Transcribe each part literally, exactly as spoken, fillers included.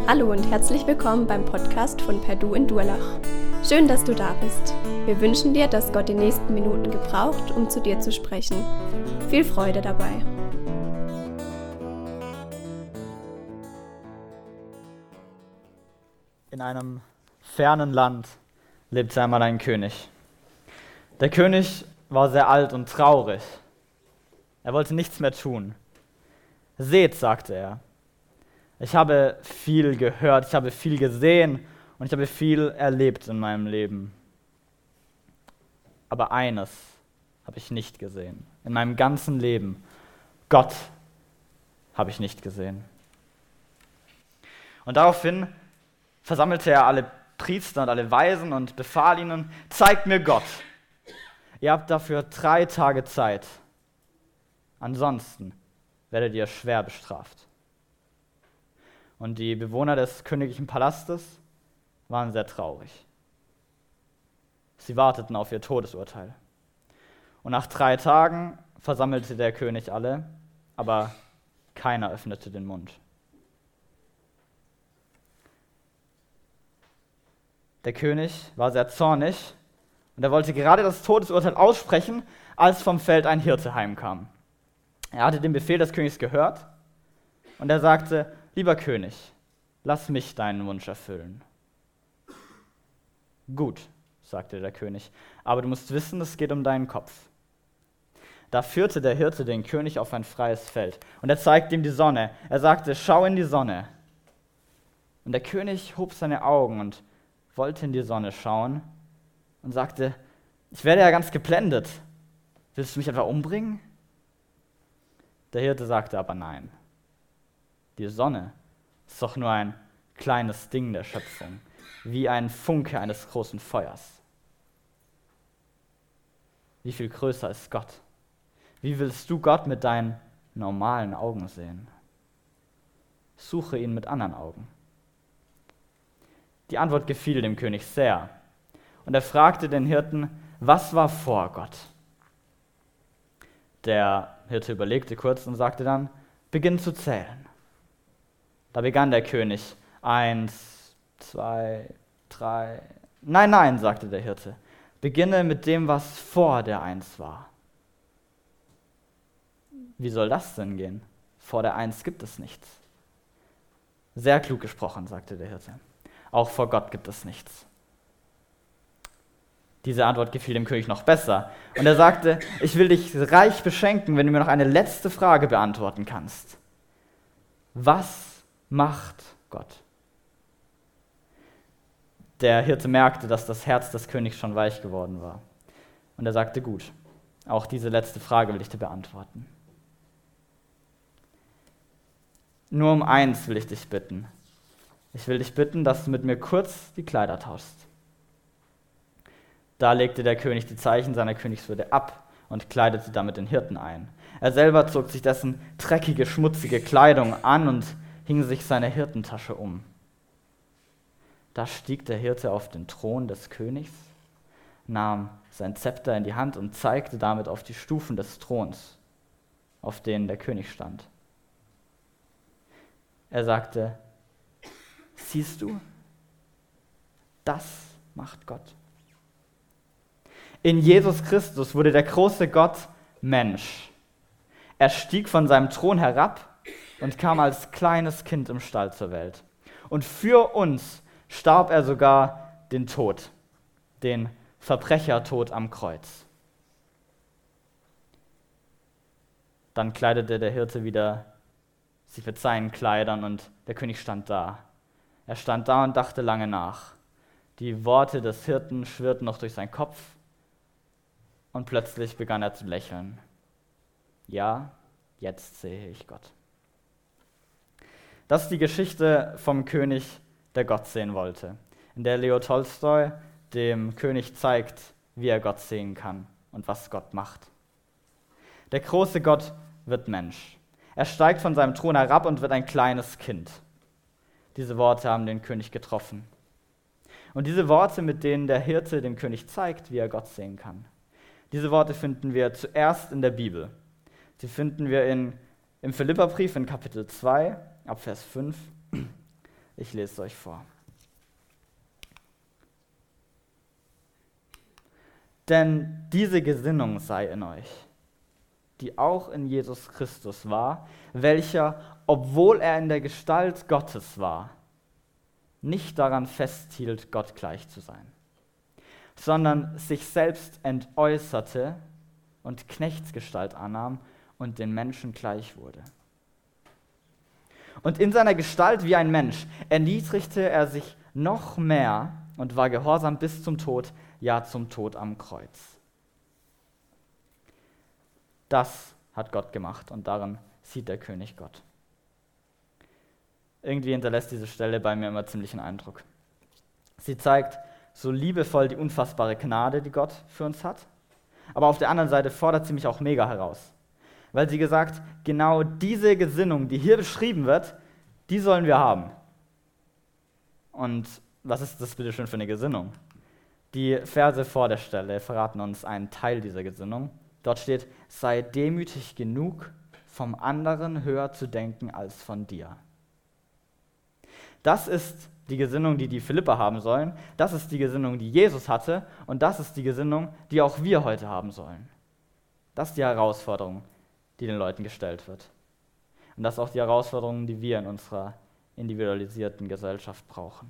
Hallo und herzlich willkommen beim Podcast von Perdu in Durlach. Schön, dass du da bist. Wir wünschen dir, dass Gott die nächsten Minuten gebraucht, um zu dir zu sprechen. Viel Freude dabei. In einem fernen Land lebte einmal ein König. Der König war sehr alt und traurig. Er wollte nichts mehr tun. Seht, sagte er, ich habe viel gehört, ich habe viel gesehen und ich habe viel erlebt in meinem Leben. Aber eines habe ich nicht gesehen. In meinem ganzen Leben. Gott habe ich nicht gesehen. Und daraufhin versammelte er alle Priester und alle Weisen und befahl ihnen, zeigt mir Gott. Ihr habt dafür drei Tage Zeit. Ansonsten werdet ihr schwer bestraft. Und die Bewohner des königlichen Palastes waren sehr traurig. Sie warteten auf ihr Todesurteil. Und nach drei Tagen versammelte der König alle, aber keiner öffnete den Mund. Der König war sehr zornig und er wollte gerade das Todesurteil aussprechen, als vom Feld ein Hirte heimkam. Er hatte den Befehl des Königs gehört und er sagte, lieber König, lass mich deinen Wunsch erfüllen. Gut, sagte der König, aber du musst wissen, es geht um deinen Kopf. Da führte der Hirte den König auf ein freies Feld und er zeigte ihm die Sonne. Er sagte, schau in die Sonne. Und der König hob seine Augen und wollte in die Sonne schauen und sagte, ich werde ja ganz geblendet. Willst du mich etwa umbringen? Der Hirte sagte aber nein. Die Sonne ist doch nur ein kleines Ding der Schöpfung, wie ein Funke eines großen Feuers. Wie viel größer ist Gott? Wie willst du Gott mit deinen normalen Augen sehen? Suche ihn mit anderen Augen. Die Antwort gefiel dem König sehr. Und er fragte den Hirten, was war vor Gott? Der Hirte überlegte kurz und sagte dann, beginn zu zählen. Da begann der König. Eins, zwei, drei. Nein, nein, sagte der Hirte. Beginne mit dem, was vor der Eins war. Wie soll das denn gehen? Vor der Eins gibt es nichts. Sehr klug gesprochen, sagte der Hirte. Auch vor Gott gibt es nichts. Diese Antwort gefiel dem König noch besser. Und er sagte, ich will dich reich beschenken, wenn du mir noch eine letzte Frage beantworten kannst. Was macht Gott? Der Hirte merkte, dass das Herz des Königs schon weich geworden war. Und er sagte, gut, auch diese letzte Frage will ich dir beantworten. Nur um eins will ich dich bitten. Ich will dich bitten, dass du mit mir kurz die Kleider tauschst. Da legte der König die Zeichen seiner Königswürde ab und kleidete damit den Hirten ein. Er selber zog sich dessen dreckige, schmutzige Kleidung an und hing sich seine Hirtentasche um. Da stieg der Hirte auf den Thron des Königs, nahm sein Zepter in die Hand und zeigte damit auf die Stufen des Throns, auf denen der König stand. Er sagte, siehst du, das macht Gott. In Jesus Christus wurde der große Gott Mensch. Er stieg von seinem Thron herab und kam als kleines Kind im Stall zur Welt. Und für uns starb er sogar den Tod, den Verbrechertod am Kreuz. Dann kleidete der Hirte wieder sich mit seinen Kleidern und der König stand da. Er stand da und dachte lange nach. Die Worte des Hirten schwirrten noch durch seinen Kopf und plötzlich begann er zu lächeln. Ja, jetzt sehe ich Gott. Das ist die Geschichte vom König, der Gott sehen wollte, in der Leo Tolstoi dem König zeigt, wie er Gott sehen kann und was Gott macht. Der große Gott wird Mensch. Er steigt von seinem Thron herab und wird ein kleines Kind. Diese Worte haben den König getroffen. Und diese Worte, mit denen der Hirte dem König zeigt, wie er Gott sehen kann, diese Worte finden wir zuerst in der Bibel. Sie finden wir in, im Philipperbrief in Kapitel zwei, ab Vers fünf. Ich lese es euch vor. Denn diese Gesinnung sei in euch, die auch in Jesus Christus war, welcher, obwohl er in der Gestalt Gottes war, nicht daran festhielt, Gott gleich zu sein, sondern sich selbst entäußerte und Knechtsgestalt annahm und den Menschen gleich wurde. Und in seiner Gestalt wie ein Mensch erniedrigte er sich noch mehr und war gehorsam bis zum Tod, ja zum Tod am Kreuz. Das hat Gott gemacht und darin sieht der König Gott. Irgendwie hinterlässt diese Stelle bei mir immer ziemlich einen Eindruck. Sie zeigt so liebevoll die unfassbare Gnade, die Gott für uns hat, aber auf der anderen Seite fordert sie mich auch mega heraus, weil sie gesagt, genau diese Gesinnung, die hier beschrieben wird, die sollen wir haben. Und was ist das bitte schön für eine Gesinnung? Die Verse vor der Stelle verraten uns einen Teil dieser Gesinnung. Dort steht, sei demütig genug, vom anderen höher zu denken als von dir. Das ist die Gesinnung, die die Philipper haben sollen. Das ist die Gesinnung, die Jesus hatte. Und das ist die Gesinnung, die auch wir heute haben sollen. Das ist die Herausforderung, die den Leuten gestellt wird. Und das ist auch die Herausforderung, die wir in unserer individualisierten Gesellschaft brauchen.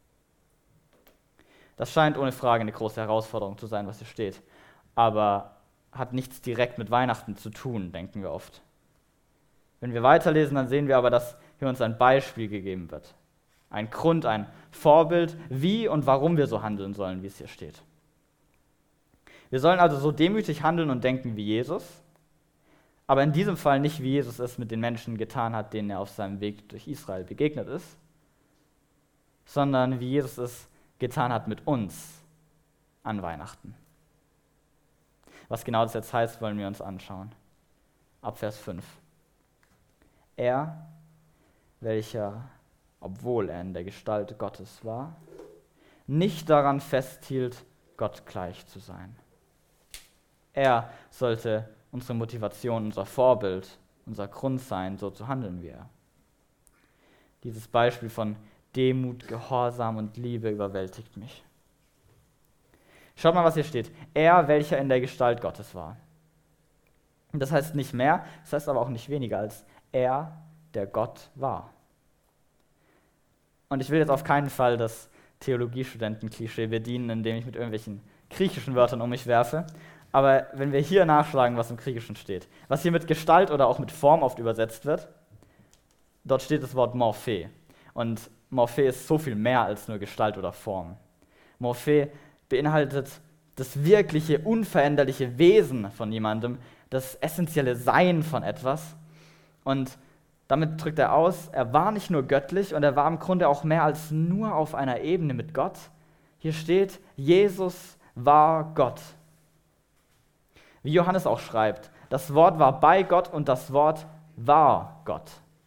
Das scheint ohne Frage eine große Herausforderung zu sein, was hier steht. Aber hat nichts direkt mit Weihnachten zu tun, denken wir oft. Wenn wir weiterlesen, dann sehen wir aber, dass hier uns ein Beispiel gegeben wird. Ein Grund, ein Vorbild, wie und warum wir so handeln sollen, wie es hier steht. Wir sollen also so demütig handeln und denken wie Jesus, aber in diesem Fall nicht, wie Jesus es mit den Menschen getan hat, denen er auf seinem Weg durch Israel begegnet ist, sondern wie Jesus es getan hat mit uns an Weihnachten. Was genau das jetzt heißt, wollen wir uns anschauen. Ab Vers fünf. Er, welcher, obwohl er in der Gestalt Gottes war, nicht daran festhielt, Gott gleich zu sein. Er sollte unsere Motivation, unser Vorbild, unser Grund sein, so zu handeln wie er. Dieses Beispiel von Demut, Gehorsam und Liebe überwältigt mich. Schaut mal, was hier steht. Er, welcher in der Gestalt Gottes war. Und das heißt nicht mehr, das heißt aber auch nicht weniger als er, der Gott war. Und ich will jetzt auf keinen Fall das Theologiestudenten-Klischee bedienen, indem ich mit irgendwelchen griechischen Wörtern um mich werfe. Aber wenn wir hier nachschlagen, was im Griechischen steht, was hier mit Gestalt oder auch mit Form oft übersetzt wird, dort steht das Wort Morphe. Und Morphe ist so viel mehr als nur Gestalt oder Form. Morphe beinhaltet das wirkliche, unveränderliche Wesen von jemandem, das essentielle Sein von etwas. Und damit drückt er aus, er war nicht nur göttlich und er war im Grunde auch mehr als nur auf einer Ebene mit Gott. Hier steht, Jesus war Gott. Wie Johannes auch schreibt, das Wort war bei Gott und das Wort war Gott.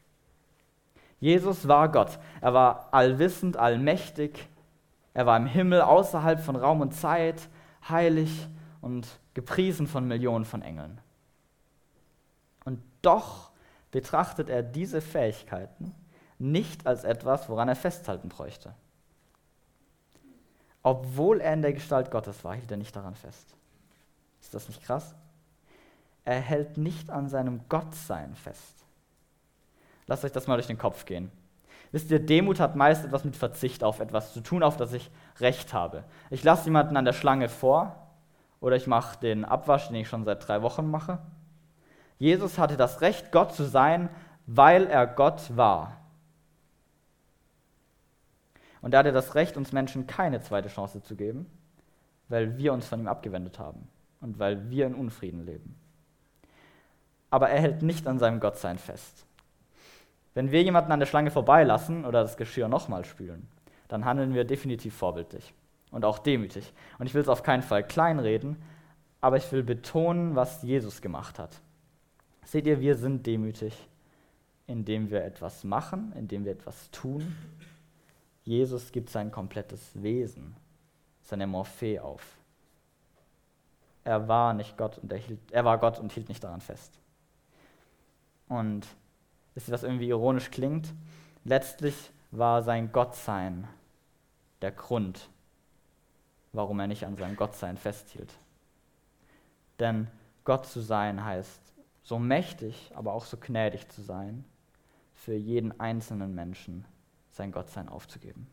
Jesus war Gott. Er war allwissend, allmächtig. Er war im Himmel, außerhalb von Raum und Zeit, heilig und gepriesen von Millionen von Engeln. Und doch betrachtet er diese Fähigkeiten nicht als etwas, woran er festhalten bräuchte. Obwohl er in der Gestalt Gottes war, hielt er nicht daran fest. Ist das nicht krass? Er hält nicht an seinem Gottsein fest. Lasst euch das mal durch den Kopf gehen. Wisst ihr, Demut hat meist etwas mit Verzicht auf etwas zu tun, auf das ich Recht habe. Ich lasse jemanden an der Schlange vor oder ich mache den Abwasch, den ich schon seit drei Wochen mache. Jesus hatte das Recht, Gott zu sein, weil er Gott war. Und er hatte das Recht, uns Menschen keine zweite Chance zu geben, weil wir uns von ihm abgewendet haben und weil wir in Unfrieden leben. Aber er hält nicht an seinem Gottsein fest. Wenn wir jemanden an der Schlange vorbeilassen oder das Geschirr nochmal spülen, dann handeln wir definitiv vorbildlich und auch demütig. Und ich will es auf keinen Fall kleinreden, aber ich will betonen, was Jesus gemacht hat. Seht ihr, wir sind demütig, indem wir etwas machen, indem wir etwas tun. Jesus gibt sein komplettes Wesen, seine Morphe auf. Er war nicht Gott und er, hielt, er war Gott und hielt nicht daran fest. Und wisst ihr, was irgendwie ironisch klingt? Letztlich war sein Gottsein der Grund, warum er nicht an seinem Gottsein festhielt. Denn Gott zu sein heißt, so mächtig, aber auch so gnädig zu sein, für jeden einzelnen Menschen sein Gottsein aufzugeben.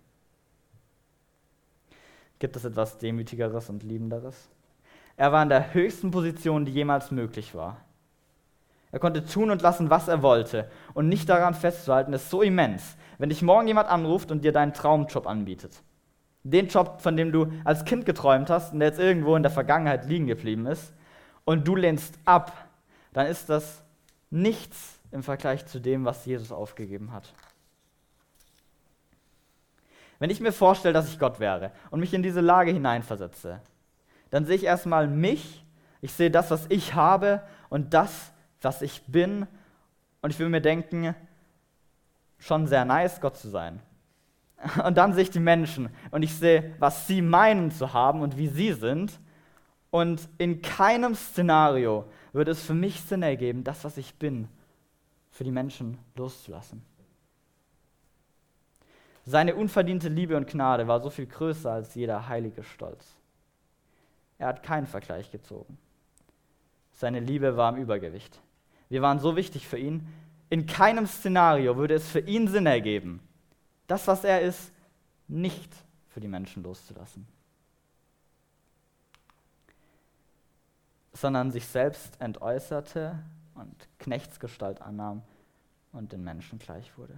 Gibt es etwas Demütigeres und Liebenderes? Er war in der höchsten Position, die jemals möglich war. Er konnte tun und lassen, was er wollte. Und nicht daran festzuhalten, ist so immens. Wenn dich morgen jemand anruft und dir deinen Traumjob anbietet, den Job, von dem du als Kind geträumt hast und der jetzt irgendwo in der Vergangenheit liegen geblieben ist, und du lehnst ab, dann ist das nichts im Vergleich zu dem, was Jesus aufgegeben hat. Wenn ich mir vorstelle, dass ich Gott wäre und mich in diese Lage hineinversetze, dann sehe ich erstmal mich, ich sehe das, was ich habe und das, was ich bin, und ich will mir denken, schon sehr nice, Gott zu sein. Und dann sehe ich die Menschen und ich sehe, was sie meinen zu haben und wie sie sind, und in keinem Szenario würde es für mich Sinn ergeben, das, was ich bin, für die Menschen loszulassen. Seine unverdiente Liebe und Gnade war so viel größer als jeder heilige Stolz. Er hat keinen Vergleich gezogen. Seine Liebe war im Übergewicht. Wir waren so wichtig für ihn. In keinem Szenario würde es für ihn Sinn ergeben, das, was er ist, nicht für die Menschen loszulassen, sondern sich selbst entäußerte und Knechtsgestalt annahm und den Menschen gleich wurde.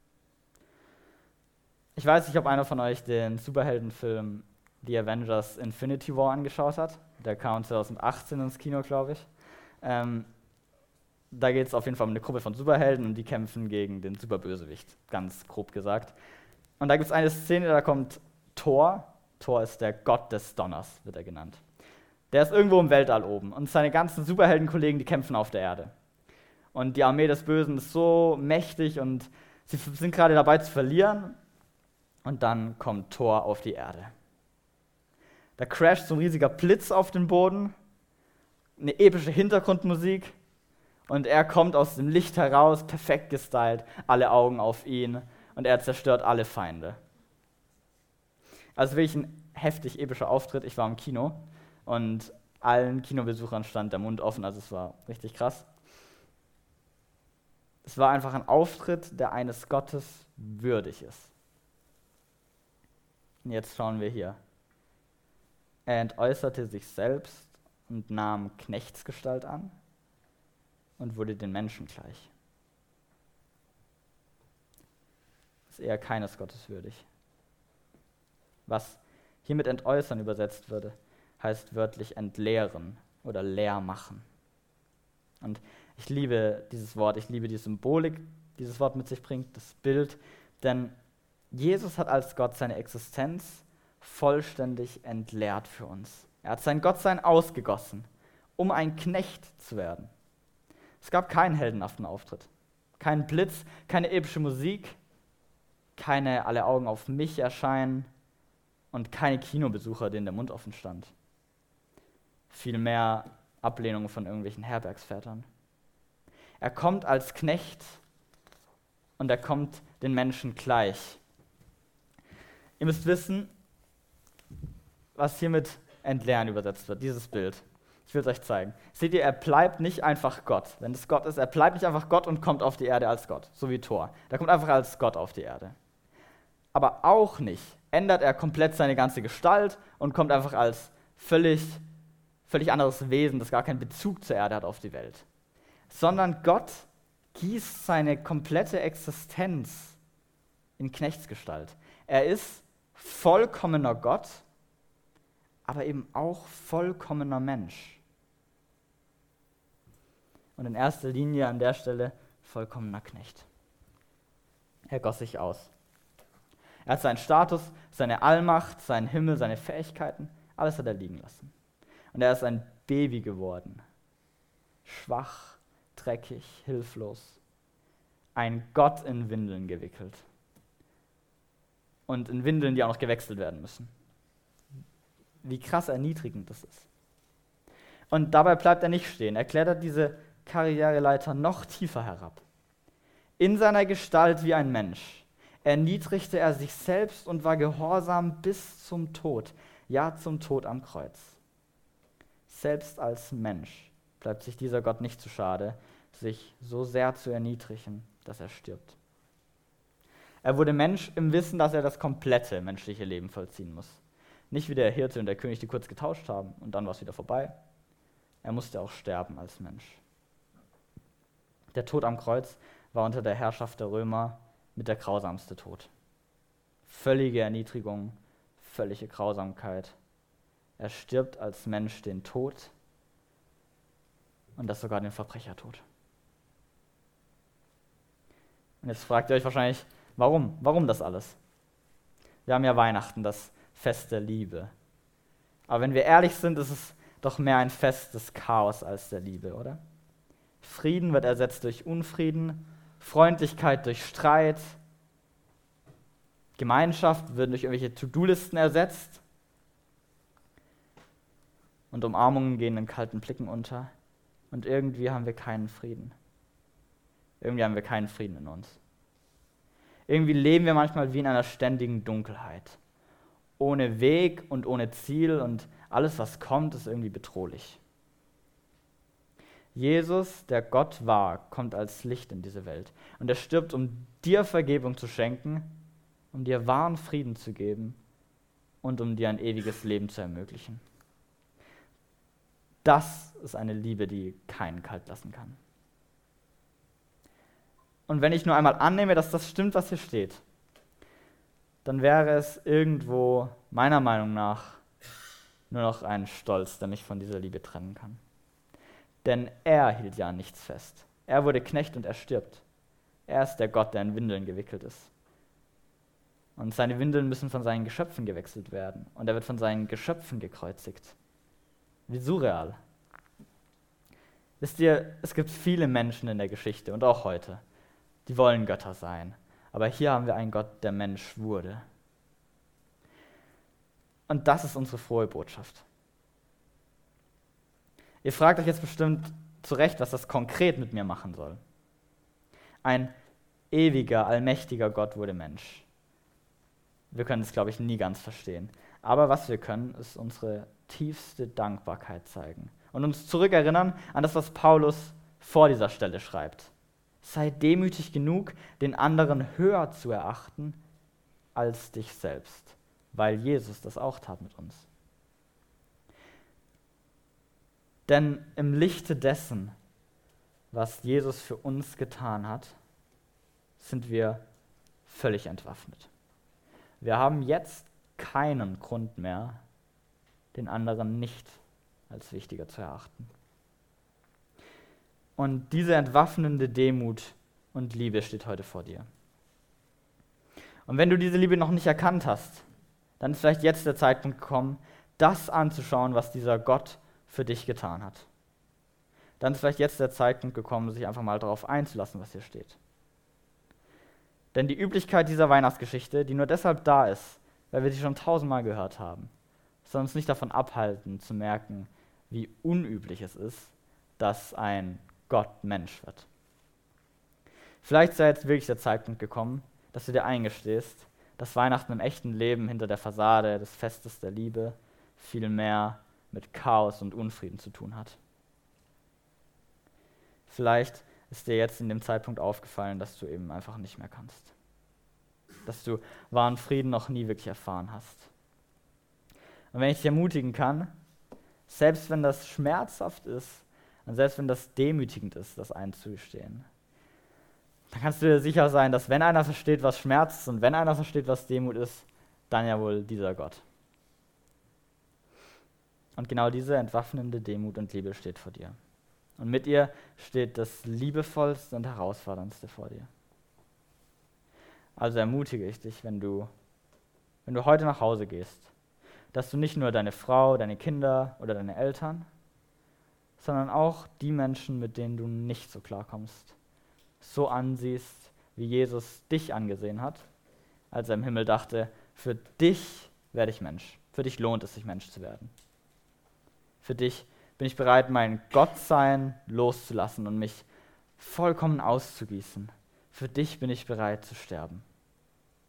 Ich weiß nicht, ob einer von euch den Superheldenfilm The Avengers Infinity War angeschaut hat. Der kam zwanzig achtzehn ins Kino, glaube ich. Ähm, da geht es auf jeden Fall um eine Gruppe von Superhelden und die kämpfen gegen den Superbösewicht, ganz grob gesagt. Und da gibt es eine Szene, da kommt Thor. Thor ist der Gott des Donners, wird er genannt. Der ist irgendwo im Weltall oben und seine ganzen Superheldenkollegen, die kämpfen auf der Erde. Und die Armee des Bösen ist so mächtig und sie sind gerade dabei zu verlieren. Und dann kommt Thor auf die Erde. Da crasht so ein riesiger Blitz auf den Boden, eine epische Hintergrundmusik und er kommt aus dem Licht heraus, perfekt gestylt, alle Augen auf ihn und er zerstört alle Feinde. Also wirklich ein heftig epischer Auftritt. Ich war im Kino und allen Kinobesuchern stand der Mund offen, also es war richtig krass. Es war einfach ein Auftritt, der eines Gottes würdig ist. Und jetzt schauen wir hier. Er entäußerte sich selbst und nahm Knechtsgestalt an und wurde den Menschen gleich. Das ist eher keines Gottes würdig. Was hier mit entäußern übersetzt würde, heißt wörtlich entleeren oder leer machen. Und ich liebe dieses Wort, ich liebe die Symbolik, die dieses Wort mit sich bringt, das Bild, denn Jesus hat als Gott seine Existenz vollständig entleert für uns. Er hat sein Gottsein ausgegossen, um ein Knecht zu werden. Es gab keinen heldenhaften Auftritt, keinen Blitz, keine epische Musik, keine alle Augen auf mich erscheinen und keine Kinobesucher, denen der Mund offen stand. Vielmehr Ablehnung von irgendwelchen Herbergsvätern. Er kommt als Knecht und er kommt den Menschen gleich. Ihr müsst wissen, was hier mit entleeren übersetzt wird, dieses Bild. Ich will es euch zeigen. Seht ihr, er bleibt nicht einfach Gott. Wenn es Gott ist, er bleibt nicht einfach Gott und kommt auf die Erde als Gott, so wie Thor. Der kommt einfach als Gott auf die Erde. Aber auch nicht ändert er komplett seine ganze Gestalt und kommt einfach als völlig, völlig anderes Wesen, das gar keinen Bezug zur Erde hat, auf die Welt. Sondern Gott gießt seine komplette Existenz in Knechtsgestalt. Er ist vollkommener Gott, aber eben auch vollkommener Mensch. Und in erster Linie an der Stelle vollkommener Knecht. Er goss sich aus. Er hat seinen Status, seine Allmacht, seinen Himmel, seine Fähigkeiten, alles hat er liegen lassen. Und er ist ein Baby geworden. Schwach, dreckig, hilflos. Ein Gott in Windeln gewickelt. Und in Windeln, die auch noch gewechselt werden müssen. Wie krass erniedrigend das ist. Und dabei bleibt er nicht stehen. Er klettert diese Karriereleiter noch tiefer herab. In seiner Gestalt wie ein Mensch, erniedrigte er sich selbst und war gehorsam bis zum Tod, ja zum Tod am Kreuz. Selbst als Mensch bleibt sich dieser Gott nicht zu schade, sich so sehr zu erniedrigen, dass er stirbt. Er wurde Mensch im Wissen, dass er das komplette menschliche Leben vollziehen muss. Nicht wie der Hirte und der König, die kurz getauscht haben und dann war es wieder vorbei. Er musste auch sterben als Mensch. Der Tod am Kreuz war unter der Herrschaft der Römer mit der grausamste Tod. Völlige Erniedrigung, völlige Grausamkeit. Er stirbt als Mensch den Tod und das sogar den Verbrechertod. Und jetzt fragt ihr euch wahrscheinlich, warum? Warum das alles? Wir haben ja Weihnachten, das Fest der Liebe. Aber wenn wir ehrlich sind, ist es doch mehr ein Fest des Chaos als der Liebe, oder? Frieden wird ersetzt durch Unfrieden, Freundlichkeit durch Streit, Gemeinschaft wird durch irgendwelche To-Do-Listen ersetzt und Umarmungen gehen in kalten Blicken unter und irgendwie haben wir keinen Frieden. Irgendwie haben wir keinen Frieden in uns. Irgendwie leben wir manchmal wie in einer ständigen Dunkelheit. Ohne Weg und ohne Ziel und alles, was kommt, ist irgendwie bedrohlich. Jesus, der Gott war, kommt als Licht in diese Welt. Und er stirbt, um dir Vergebung zu schenken, um dir wahren Frieden zu geben und um dir ein ewiges Leben zu ermöglichen. Das ist eine Liebe, die keinen kalt lassen kann. Und wenn ich nur einmal annehme, dass das stimmt, was hier steht, dann wäre es irgendwo, meiner Meinung nach, nur noch ein Stolz, der mich von dieser Liebe trennen kann. Denn er hielt ja an nichts fest. Er wurde Knecht und er stirbt. Er ist der Gott, der in Windeln gewickelt ist. Und seine Windeln müssen von seinen Geschöpfen gewechselt werden. Und er wird von seinen Geschöpfen gekreuzigt. Wie surreal. Wisst ihr, es gibt viele Menschen in der Geschichte und auch heute, die wollen Götter sein. Aber hier haben wir einen Gott, der Mensch wurde. Und das ist unsere frohe Botschaft. Ihr fragt euch jetzt bestimmt zu Recht, was das konkret mit mir machen soll. Ein ewiger, allmächtiger Gott wurde Mensch. Wir können es, glaube ich, nie ganz verstehen. Aber was wir können, ist unsere tiefste Dankbarkeit zeigen und uns zurückerinnern an das, was Paulus vor dieser Stelle schreibt. Sei demütig genug, den anderen höher zu erachten als dich selbst, weil Jesus das auch tat mit uns. Denn im Lichte dessen, was Jesus für uns getan hat, sind wir völlig entwaffnet. Wir haben jetzt keinen Grund mehr, den anderen nicht als wichtiger zu erachten. Und diese entwaffnende Demut und Liebe steht heute vor dir. Und wenn du diese Liebe noch nicht erkannt hast, dann ist vielleicht jetzt der Zeitpunkt gekommen, das anzuschauen, was dieser Gott für dich getan hat. Dann ist vielleicht jetzt der Zeitpunkt gekommen, sich einfach mal darauf einzulassen, was hier steht. Denn die Üblichkeit dieser Weihnachtsgeschichte, die nur deshalb da ist, weil wir sie schon tausendmal gehört haben, soll uns nicht davon abhalten, zu merken, wie unüblich es ist, dass ein Gott Mensch wird. Vielleicht sei jetzt wirklich der Zeitpunkt gekommen, dass du dir eingestehst, dass Weihnachten im echten Leben hinter der Fassade des Festes der Liebe viel mehr mit Chaos und Unfrieden zu tun hat. Vielleicht ist dir jetzt in dem Zeitpunkt aufgefallen, dass du eben einfach nicht mehr kannst. Dass du wahren Frieden noch nie wirklich erfahren hast. Und wenn ich dich ermutigen kann, selbst wenn das schmerzhaft ist und selbst wenn das demütigend ist, das einzustehen, dann kannst du dir sicher sein, dass wenn einer versteht, was Schmerz ist und wenn einer versteht, was Demut ist, dann ja wohl dieser Gott. Und genau diese entwaffnende Demut und Liebe steht vor dir. Und mit ihr steht das Liebevollste und Herausforderndste vor dir. Also ermutige ich dich, wenn du, wenn du heute nach Hause gehst, dass du nicht nur deine Frau, deine Kinder oder deine Eltern, sondern auch die Menschen, mit denen du nicht so klarkommst, so ansiehst, wie Jesus dich angesehen hat, als er im Himmel dachte, für dich werde ich Mensch, für dich lohnt es sich, Mensch zu werden. Für dich bin ich bereit, mein Gottsein loszulassen und mich vollkommen auszugießen. Für dich bin ich bereit zu sterben.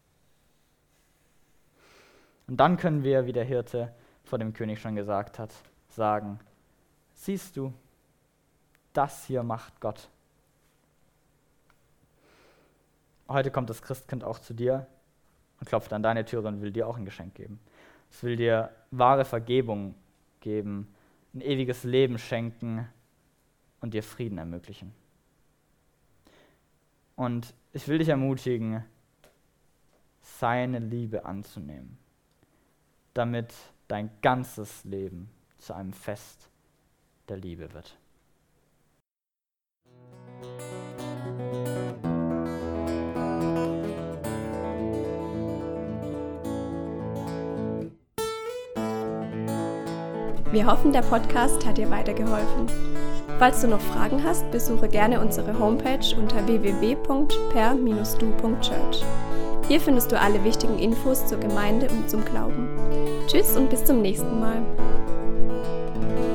Und dann können wir, wie der Hirte vor dem König schon gesagt hat, sagen, siehst du, das hier macht Gott. Heute kommt das Christkind auch zu dir und klopft an deine Türe und will dir auch ein Geschenk geben. Es will dir wahre Vergebung geben, ein ewiges Leben schenken und dir Frieden ermöglichen. Und ich will dich ermutigen, seine Liebe anzunehmen, damit dein ganzes Leben zu einem Fest der Liebe wird. Wir hoffen, der Podcast hat dir weitergeholfen. Falls du noch Fragen hast, besuche gerne unsere Homepage unter w w w punkt per Bindestrich du punkt church. Hier findest du alle wichtigen Infos zur Gemeinde und zum Glauben. Tschüss und bis zum nächsten Mal.